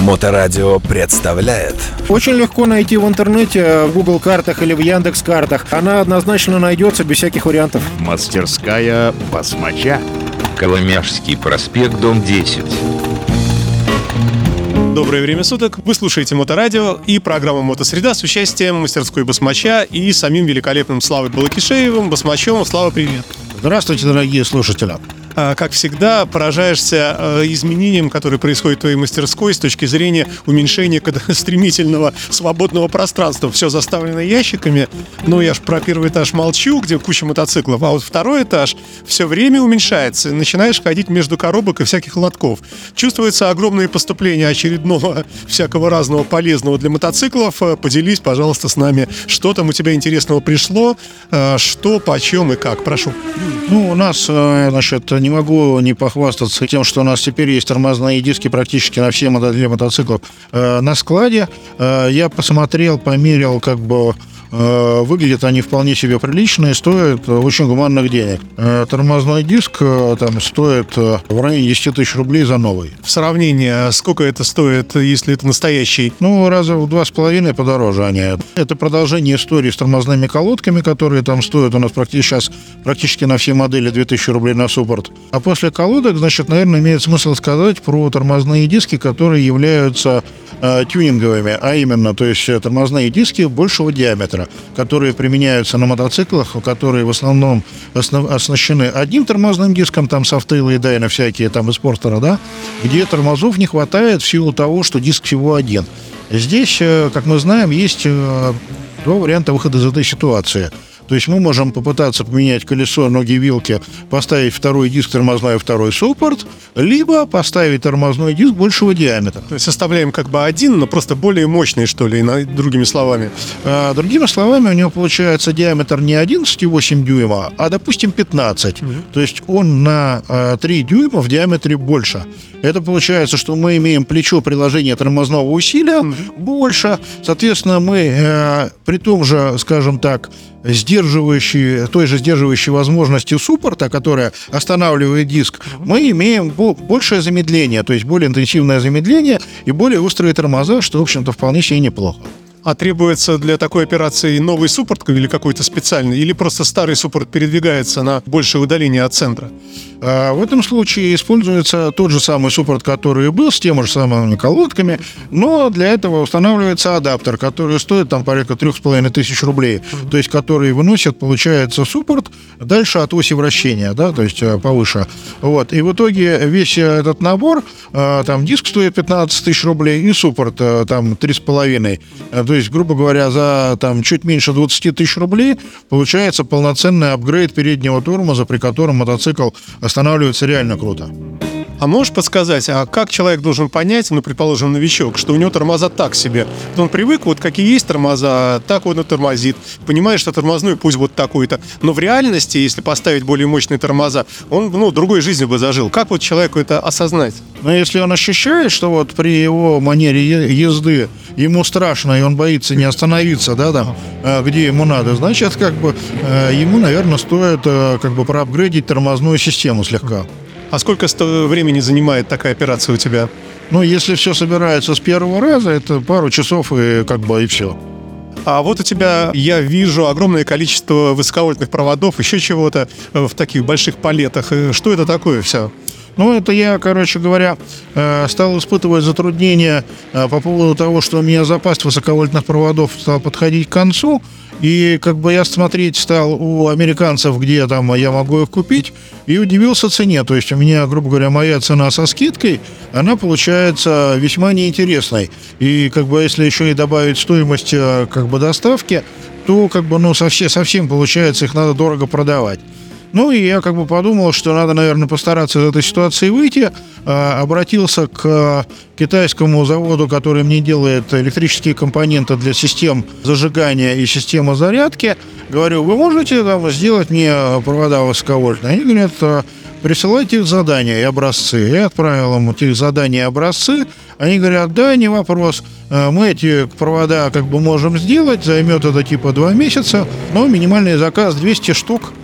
Моторадио представляет. Очень легко найти в интернете, в Google картах или в Яндекс картах. Она однозначно найдется без всяких вариантов. Мастерская басмача. Коломяжский проспект, дом 10. Доброе время суток. Вы слушаете Моторадио и программу «Мотосреда» с участием мастерской басмача и самим великолепным Славой Балакишеевым. Басмачом. Слава, привет. Здравствуйте, дорогие слушатели. Как всегда, поражаешься изменениям, которые происходят в твоей мастерской с точки зрения уменьшения стремительного свободного пространства. Все заставлено ящиками. Ну, я ж про первый этаж молчу, где куча мотоциклов. А вот второй этаж все время уменьшается. Начинаешь ходить между коробок и всяких лотков. Чувствуется огромное поступление очередного всякого разного полезного для мотоциклов. Поделись, пожалуйста, с нами, что там у тебя интересного пришло, что, почем и как. Прошу. Ну, у нас, значит, не могу не похвастаться тем, что у нас теперь есть тормозные диски практически на все модели мотоциклов на складе. Я посмотрел, померил, выглядят они вполне себе прилично и стоят очень гуманных денег. Тормозной диск там стоит в районе 10 тысяч рублей за новый. В сравнении, сколько это стоит, если это настоящий? Ну, раза в 2,5 подороже они. Это продолжение истории с тормозными колодками, которые там стоят у нас сейчас практически на все модели 2000 рублей на суппорт. А после колодок, значит, наверное, имеет смысл сказать про тормозные диски, которые являются тюнинговыми, а именно, то есть тормозные диски большего диаметра, которые применяются на мотоциклах, которые в основном оснащены одним тормозным диском, там софтейлы и дайны всякие там из Портера, да, где тормозов не хватает в силу того, что диск всего один. Здесь, как мы знаем, есть два варианта выхода из этой ситуации. То есть мы можем попытаться поменять колесо, ноги, вилки, поставить второй диск тормозной, второй суппорт, либо поставить тормозной диск большего диаметра. То есть составляем как бы один, но просто более мощный, что ли, другими словами. Другими словами, у него получается диаметр не 11,8 дюйма, а, допустим, 15. То есть он на 3 дюйма в диаметре больше. Это получается, что мы имеем плечо приложения тормозного усилия больше. Соответственно, мы при том же, скажем так, той же сдерживающей возможности суппорта, которая останавливает диск, мы имеем большее замедление, то есть более интенсивное замедление и более острые тормоза, что, в общем-то, вполне себе неплохо. А требуется для такой операции новый суппорт или какой-то специальный, или просто старый суппорт передвигается на большее удаление от центра? В этом случае используется тот же самый суппорт, который и был, с теми же самыми колодками, но для этого устанавливается адаптер, который стоит там порядка 3500 рублей, то есть который выносит, получается, суппорт дальше от оси вращения, да, то есть повыше. Вот. И в итоге весь этот набор, там диск стоит 15 тысяч рублей и суппорт там 3,5. То есть, грубо говоря, за там чуть меньше 20 тысяч рублей получается полноценный апгрейд переднего тормоза, при котором мотоцикл останавливается реально круто. А можешь подсказать, а как человек должен понять, ну, предположим, новичок, что у него тормоза так себе? Он привык, вот какие есть тормоза, так он и тормозит. Понимает, что тормозной пусть вот такой-то. Но в реальности, если поставить более мощные тормоза, он, другой жизнью бы зажил. Как вот человеку это осознать? Но если он ощущает, что вот при его манере езды ему страшно, и он боится не остановиться, да, там, где ему надо, значит, ему, наверное, стоит проапгрейдить тормозную систему слегка. А сколько времени занимает такая операция у тебя? Ну, если все собирается с первого раза, это пару часов и все. А вот у тебя, я вижу, огромное количество высоковольтных проводов, еще чего-то в таких больших палетах. Что это такое все? Ну, это я, стал испытывать затруднения по поводу того, что у меня запас высоковольтных проводов стал подходить к концу. И я смотреть стал у американцев, где там я могу их купить, и удивился цене. То есть у меня, грубо говоря, моя цена со скидкой, она получается весьма неинтересной. И если еще и добавить стоимость доставки, то совсем получается, их надо дорого продавать. Ну, и я подумал, что надо, наверное, постараться из этой ситуации выйти. Обратился к китайскому заводу, который мне делает электрические компоненты для систем зажигания и системы зарядки. Говорю, вы можете сделать мне провода высоковольтные? Они говорят, присылайте их задания и образцы. Я отправил им эти задания и образцы. Они говорят, да, не вопрос. Мы эти провода можем сделать. Займет это 2 месяца. Но минимальный заказ 200 штук.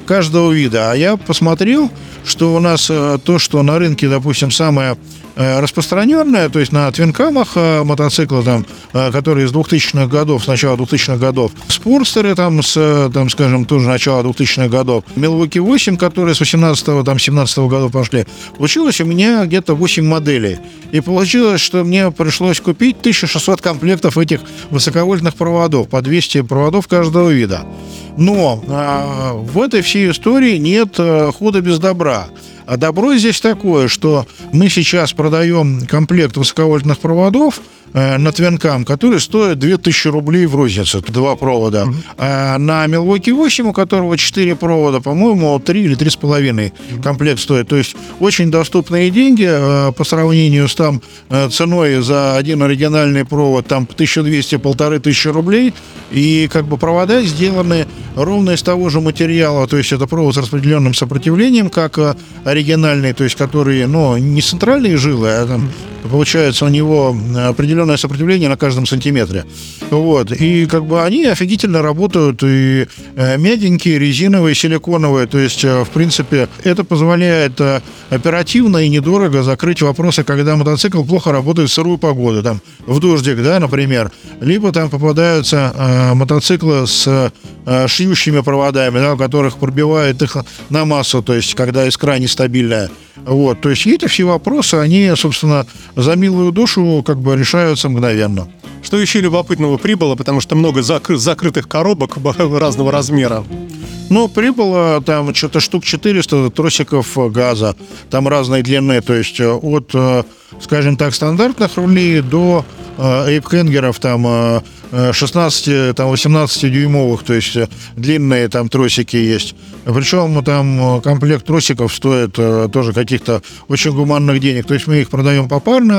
каждого вида. А я посмотрел, что у нас то, что на рынке, допустим, самое распространенное, то есть на твинкамах мотоциклы, там, которые с 2000-х годов, с начала 2000-х годов, спорстеры, там, скажем, тоже начала 2000-х годов, Milwaukee 8, которые с 18-го, там, 17-го года пошли, получилось у меня где-то 8 моделей. И получилось, что мне пришлось купить 1600 комплектов этих высоковольтных проводов, по 200 проводов каждого вида. Но в этой всей истории нет худа без добра. А добро здесь такое, что мы сейчас продаем комплект высоковольтных проводов на твинкам, который стоит 2000 рублей в рознице, 2 провода. А на Milwaukee 8, у которого 4 провода, по-моему, 3 или 3,5 комплект стоит. То есть очень доступные деньги по сравнению с там ценой за один оригинальный провод, там 1200-1500 рублей. И как бы провода сделаны ровно из того же материала, то есть это провод с распределенным сопротивлением, как оригинальный, то есть который, не центральные жилы, а там получается у него определенное сопротивление на каждом сантиметре. Вот. И как бы они офигительно работают, и мягенькие, резиновые, силиконовые. То есть, в принципе, это позволяет оперативно и недорого закрыть вопросы, когда мотоцикл плохо работает в сырую погоду, там, в дождик, да, например. Либо там попадаются мотоциклы с шьющими проводами, да, у которых пробивает их на массу, то есть, когда искра нестабильная. Вот. То есть, эти все вопросы, они, собственно, за милую душу как бы решаются мгновенно. Что еще любопытного прибыло, потому что много закрытых коробок разного размера. Прибыло там что-то штук 400 тросиков газа, там разной длины, то есть от, скажем так, стандартных рулей до эйпхенгеров, там 16-18 дюймовых, то есть длинные там тросики есть. Причем там комплект тросиков стоит тоже каких-то очень гуманных денег. То есть мы их продаем попарно,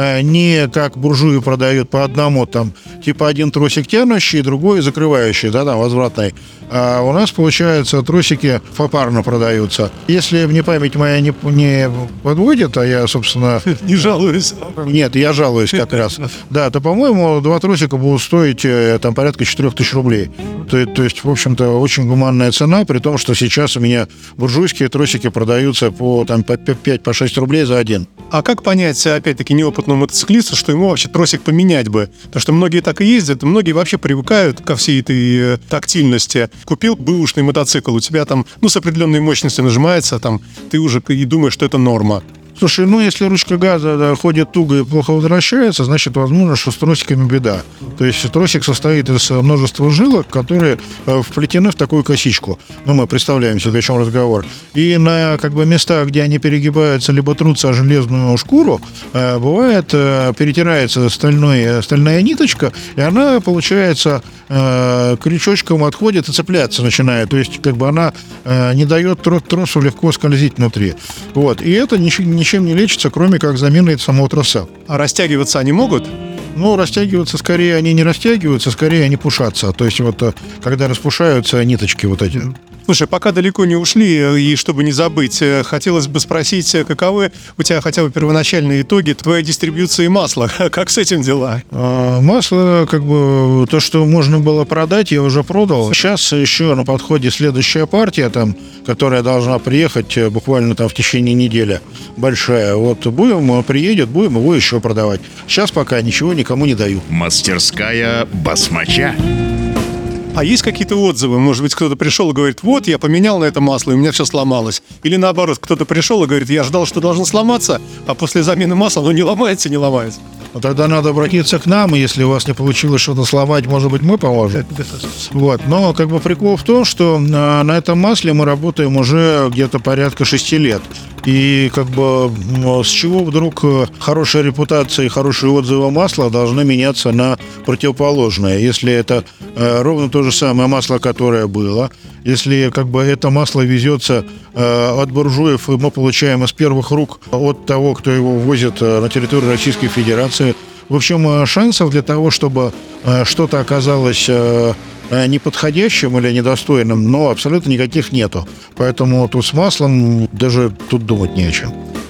не как буржуи продают по одному, там типа один тросик тянущий, другой закрывающий, да, там возвратный. А у нас, получается, тросики попарно продаются. Если мне память моя не подводит, а я, собственно... Не жалуюсь. Нет, я жалуюсь как раз. Да, то, по-моему, 2 тросика будут стоить там порядка 4000 рублей. То есть, в общем-то, очень гуманная цена, при том, что сейчас у меня буржуйские тросики продаются по 5-6 рублей за один. А как понять, опять-таки, неопытному мотоциклисту, что ему вообще тросик поменять бы? Потому что многие так и ездят, многие вообще привыкают ко всей этой тактильности. Купил бэушный мотоцикл, у тебя там, с определенной мощностью нажимается, там, ты уже и думаешь, что это норма. Слушай, если ручка газа ходит туго и плохо возвращается, значит, возможно, что с тросиками беда. То есть тросик состоит из множества жилок, которые вплетены в такую косичку. Мы представляем себе, о чем разговор. И на местах, где они перегибаются, либо трутся о железную шкуру, бывает, перетирается стальная ниточка, и она, получается, крючочком отходит и цепляться начинает. То есть, она не дает тросу легко скользить внутри. Вот. И это ничем не лечится, кроме как заменой самого троса. А растягиваться они могут? Растягиваться скорее они не растягиваются, скорее они пушатся. То есть когда распушаются ниточки вот эти. Слушай, пока далеко не ушли, и чтобы не забыть, хотелось бы спросить, каковы у тебя хотя бы первоначальные итоги твоей дистрибьюции масла? Как с этим дела? Масло, то, что можно было продать, я уже продал. Сейчас еще на подходе следующая партия, которая должна приехать буквально в течение недели, большая. Приедет, будем его еще продавать. Сейчас пока ничего никому не даю. Мастерская басмача. А есть какие-то отзывы? Может быть, кто-то пришел и говорит, вот, я поменял на это масло, и у меня все сломалось. Или наоборот, кто-то пришел и говорит, я ждал, что должно сломаться, а после замены масла оно не ломается. Тогда надо обратиться к нам, и если у вас не получилось что-то сломать, может быть, мы поможем. Но прикол в том, что на этом масле мы работаем уже где-то порядка 6 лет. И с чего вдруг хорошая репутация и хорошие отзывы масла должны меняться на противоположное, если это ровно то же самое масло, которое было, если это масло везется от буржуев, и мы получаем из первых рук от того, кто его возит на территорию Российской Федерации. В общем, шансов для того, чтобы что-то оказалось неподходящим или недостойным, абсолютно никаких нету. Поэтому тут с маслом даже тут думать не о чем.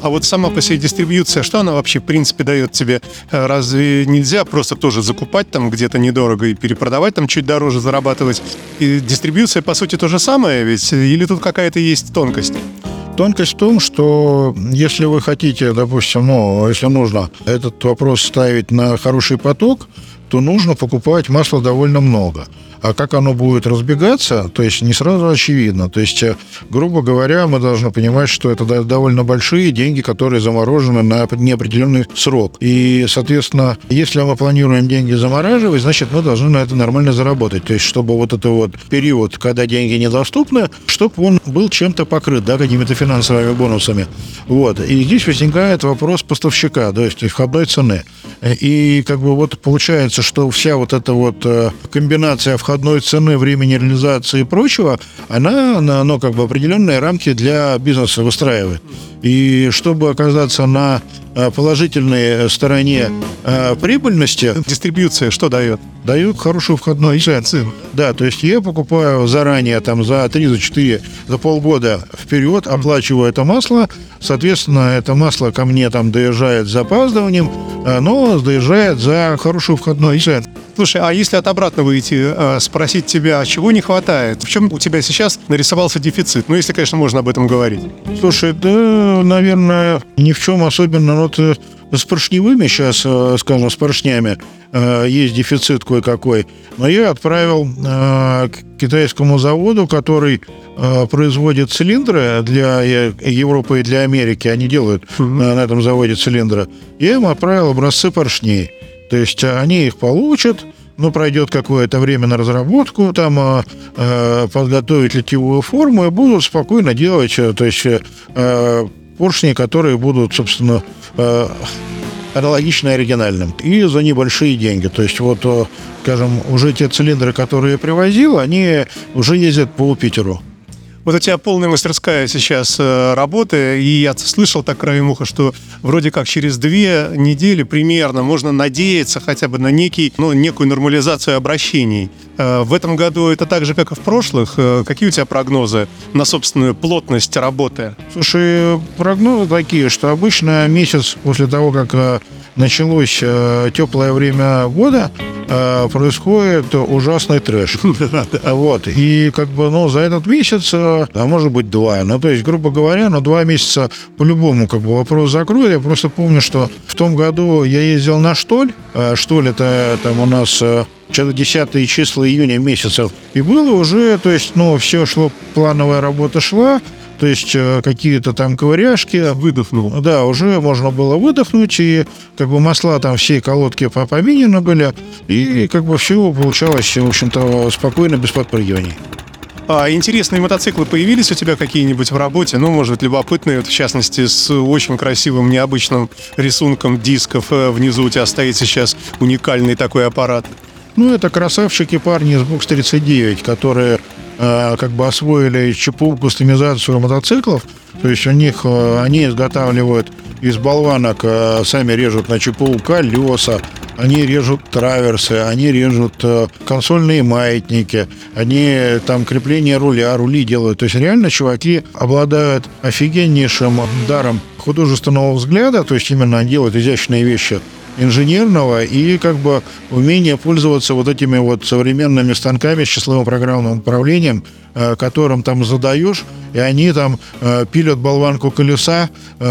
А вот сама по себе дистрибьюция, что она вообще в принципе дает тебе? Разве нельзя просто тоже закупать там где-то недорого и перепродавать там чуть дороже, зарабатывать? И дистрибьюция по сути то же самое ведь? Или тут какая-то есть тонкость? Тонкость в том, что если вы хотите, допустим, если нужно этот вопрос ставить на хороший поток, то нужно покупать масла довольно много. А как оно будет разбегаться, то есть не сразу очевидно. То есть, грубо говоря, мы должны понимать, что это довольно большие деньги, которые заморожены на неопределенный срок. И, соответственно, если мы планируем деньги замораживать, значит, мы должны на это нормально заработать. То есть, чтобы вот этот вот период, когда деньги недоступны, чтобы он был чем-то покрыт, да, какими-то финансовыми бонусами. Вот. И здесь возникает вопрос поставщика, то есть входной цены. И как бы вот получается, что вся вот эта вот комбинация входной цены, времени реализации и прочего, она как бы определенные рамки для бизнеса выстраивает. И чтобы оказаться на положительной стороне прибыльности... Дистрибьюция что дает? Дают хорошую входную цену. Да, то есть я покупаю заранее, там, за 3, за 4, за полгода вперед, оплачиваю это масло. Соответственно, это масло ко мне там доезжает с запаздыванием, но доезжает за хорошую входную цену. Слушай, а если от обратного выйти, спросить тебя, чего не хватает? В чем у тебя сейчас нарисовался дефицит? Ну, если, конечно, можно об этом говорить. Слушай, да, наверное, ни в чем особенно. Вот с поршневыми сейчас, скажем, с поршнями есть дефицит кое-какой. Но я отправил к китайскому заводу, который производит цилиндры для Европы и для Америки. Они делают на этом заводе цилиндры. Я им отправил образцы поршней. То есть они их получат, пройдет какое-то время на разработку, там подготовить литьевую форму и будут спокойно делать, то есть поршни, которые будут, собственно, аналогичны оригинальным. И за небольшие деньги. То есть вот, скажем, уже те цилиндры, которые я привозил, они уже ездят по Питеру. Вот у тебя полная мастерская сейчас работы, и я слышал так краем уха, что вроде как через 2 недели примерно можно надеяться хотя бы на некую нормализацию обращений. В этом году это так же, как и в прошлых. Какие у тебя прогнозы на собственную плотность работы? Слушай, прогнозы такие, что обычно месяц после того, как началось теплое время года, происходит ужасный трэш. Вот. И как бы, за этот месяц, а может быть 2. То есть, грубо говоря, 2 месяца по-любому как бы вопрос закроет. Я просто помню, что в том году я ездил на Штоль. Штоль — это там у нас 10 числа июня месяцев. И было уже, то есть, все шло, плановая работа шла. То есть какие-то там ковыряшки. Выдохнул. Да, уже можно было выдохнуть, и как бы масла там все колодки поменены были, и как бы все получалось, в общем-то, спокойно, без подпрыгиваний. А интересные мотоциклы появились у тебя какие-нибудь в работе? Может, любопытные, в частности, с очень красивым, необычным рисунком дисков. Внизу у тебя стоит сейчас уникальный такой аппарат. Это красавчики парни из Box 39, которые как бы освоили ЧПУ, кастомизацию мотоциклов. То есть у них они изготавливают из болванок, сами режут на ЧПУ колеса, они режут траверсы, они режут консольные маятники, они там крепление рули делают. То есть реально чуваки обладают офигеннейшим даром художественного взгляда, то есть именно они делают изящные вещи инженерного и как бы умение пользоваться вот этими вот современными станками с числовым программным управлением, которым там задаешь, и они там пилят болванку колеса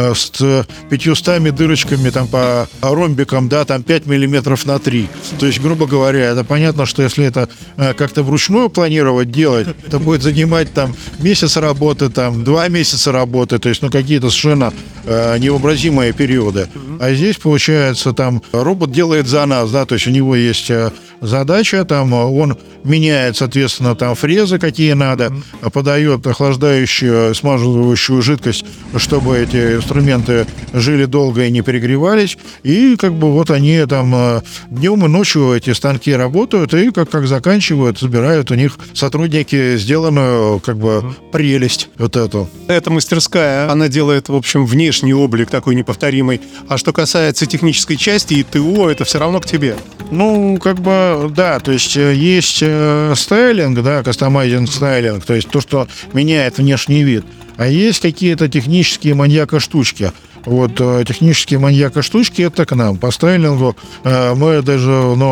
с 500 дырочками там по ромбикам, да, там 5 миллиметров на 3. То есть, грубо говоря, это понятно, что если это как-то вручную планировать делать, это будет занимать там месяц работы, там 2 месяца работы, то есть, какие-то совершенно невообразимые периоды. А здесь, получается, там робот делает за нас, да, то есть у него есть задача, там он меняет, соответственно, там фрезы, какие надо, подает охлаждающую, смазывающую жидкость, чтобы эти инструменты жили долго и не перегревались, и как бы вот они там днем и ночью эти станки работают, и как заканчивают, забирают у них сотрудники сделанную как бы прелесть вот эту. Эта мастерская, она делает, в общем, внешний облик такой неповторимый, а что касается технической части и ТО, это все равно к тебе. Как бы, да, то есть есть стайлинг, да, кастомайзинг стайлинг, то есть то, что меняет внешний вид, а есть какие-то технические маньяка-штучки. вот технические маньяка штучки, это к нам. По стайлингу мы даже,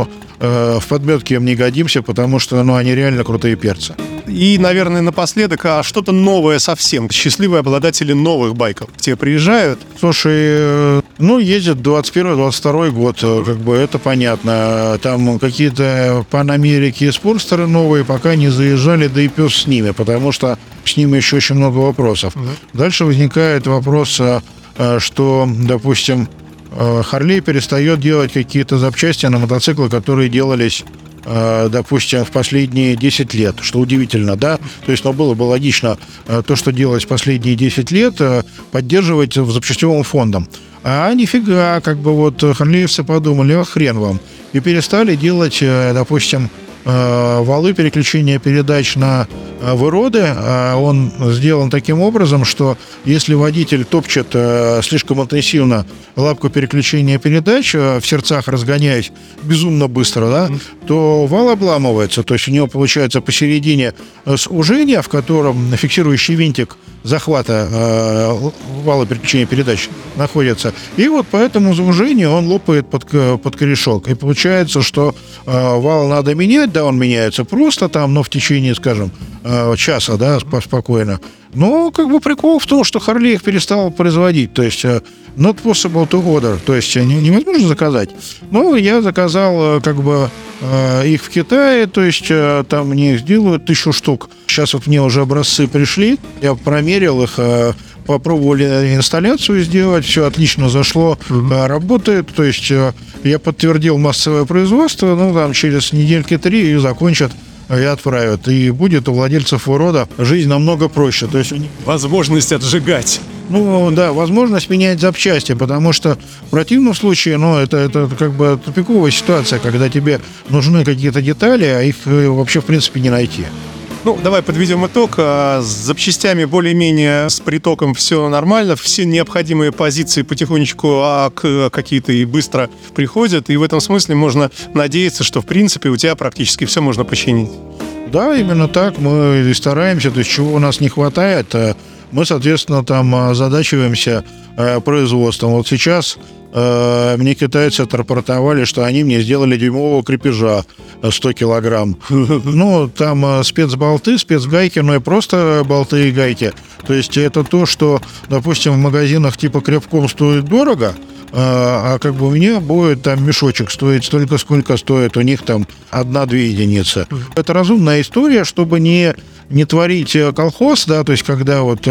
в подметке им не годимся, потому что, они реально крутые перцы. И, наверное, напоследок, что-то новое совсем. Счастливые обладатели новых байков к тебе приезжают? Слушай, ездят 21-22 год, это понятно. Там какие-то Панамерики и Спорстеры новые пока не заезжали, да и пес с ними, потому что с ними еще очень много вопросов. Дальше возникает вопрос, что, допустим, Харлей перестает делать какие-то запчасти на мотоциклы, которые делались, допустим, в последние 10 лет, что удивительно, да? То есть, было бы логично то, что делалось последние 10 лет, поддерживать в запчастевом фондом. А нифига, харлеевцы подумали, хрен вам. И перестали делать, допустим, валы переключения передач на выроды. Он сделан таким образом, что если водитель топчет слишком интенсивно лапку переключения передач, в сердцах разгоняясь безумно быстро, да, то вал обламывается. То есть у него получается посередине сужение, в котором фиксирующий винтик захвата вала переключения передач находится. И вот по этому сужению он лопает под корешок. И получается, что вал надо менять, да, он меняется просто там, но в течение, скажем, часа, да, спокойно. Но прикол в том, что Харлей их перестал производить. То есть not possible to order. То есть невозможно заказать. Но я заказал их в Китае. То есть там мне их сделают 1000 штук. Сейчас мне уже образцы пришли. Я промерил их, попробовали инсталляцию сделать. Все отлично зашло, работает. То есть я подтвердил массовое производство. Через недельки 3 их закончат и отправят. И будет у владельцев урода жизнь намного проще. То есть возможность отжигать. Возможность менять запчасти, потому что в противном случае, это тупиковая ситуация, когда тебе нужны какие-то детали, а их вообще в принципе не найти. Давай подведем итог. С запчастями более-менее с притоком все нормально. Все необходимые позиции потихонечку какие-то и быстро приходят. И в этом смысле можно надеяться, что в принципе у тебя практически все можно починить. Да, именно так. Мы и стараемся. То есть чего у нас не хватает, мы, соответственно, там озадачиваемся производством. Вот сейчас мне китайцы отрапортовали, что они мне сделали дюймового крепежа 100 килограмм. Там спецболты, спецгайки, и просто болты и гайки. То есть это то, что, допустим, в магазинах типа Крепком стоит дорого, а у меня будет там мешочек стоить столько, сколько стоит у них там 1-2 единицы. Это разумная история, чтобы не творить колхоз, да, то есть когда от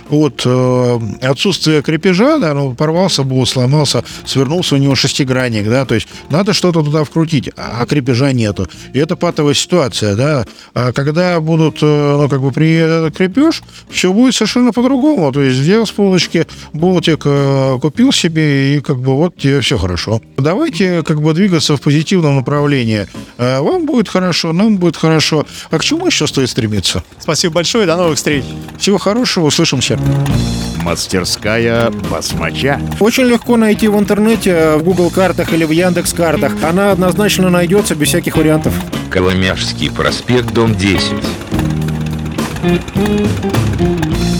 отсутствия крепежа, да, порвался болт, сломался, свернулся у него шестигранник, да, то есть надо что-то туда вкрутить, а крепежа нету. И это патовая ситуация, да. А когда будут, при крепеж, все будет совершенно по-другому. То есть взял с полочки болтик, купил себе, и тебе все хорошо. Давайте двигаться в позитивном направлении. Вам будет хорошо, нам будет хорошо. А к чему еще стоит стремиться? Спасибо большое, до новых встреч. Всего хорошего, услышимся. Мастерская Басмача. Очень легко найти в интернете, в Google картах или в Яндекс картах. Она однозначно найдется без всяких вариантов. Коломяжский проспект, дом 10.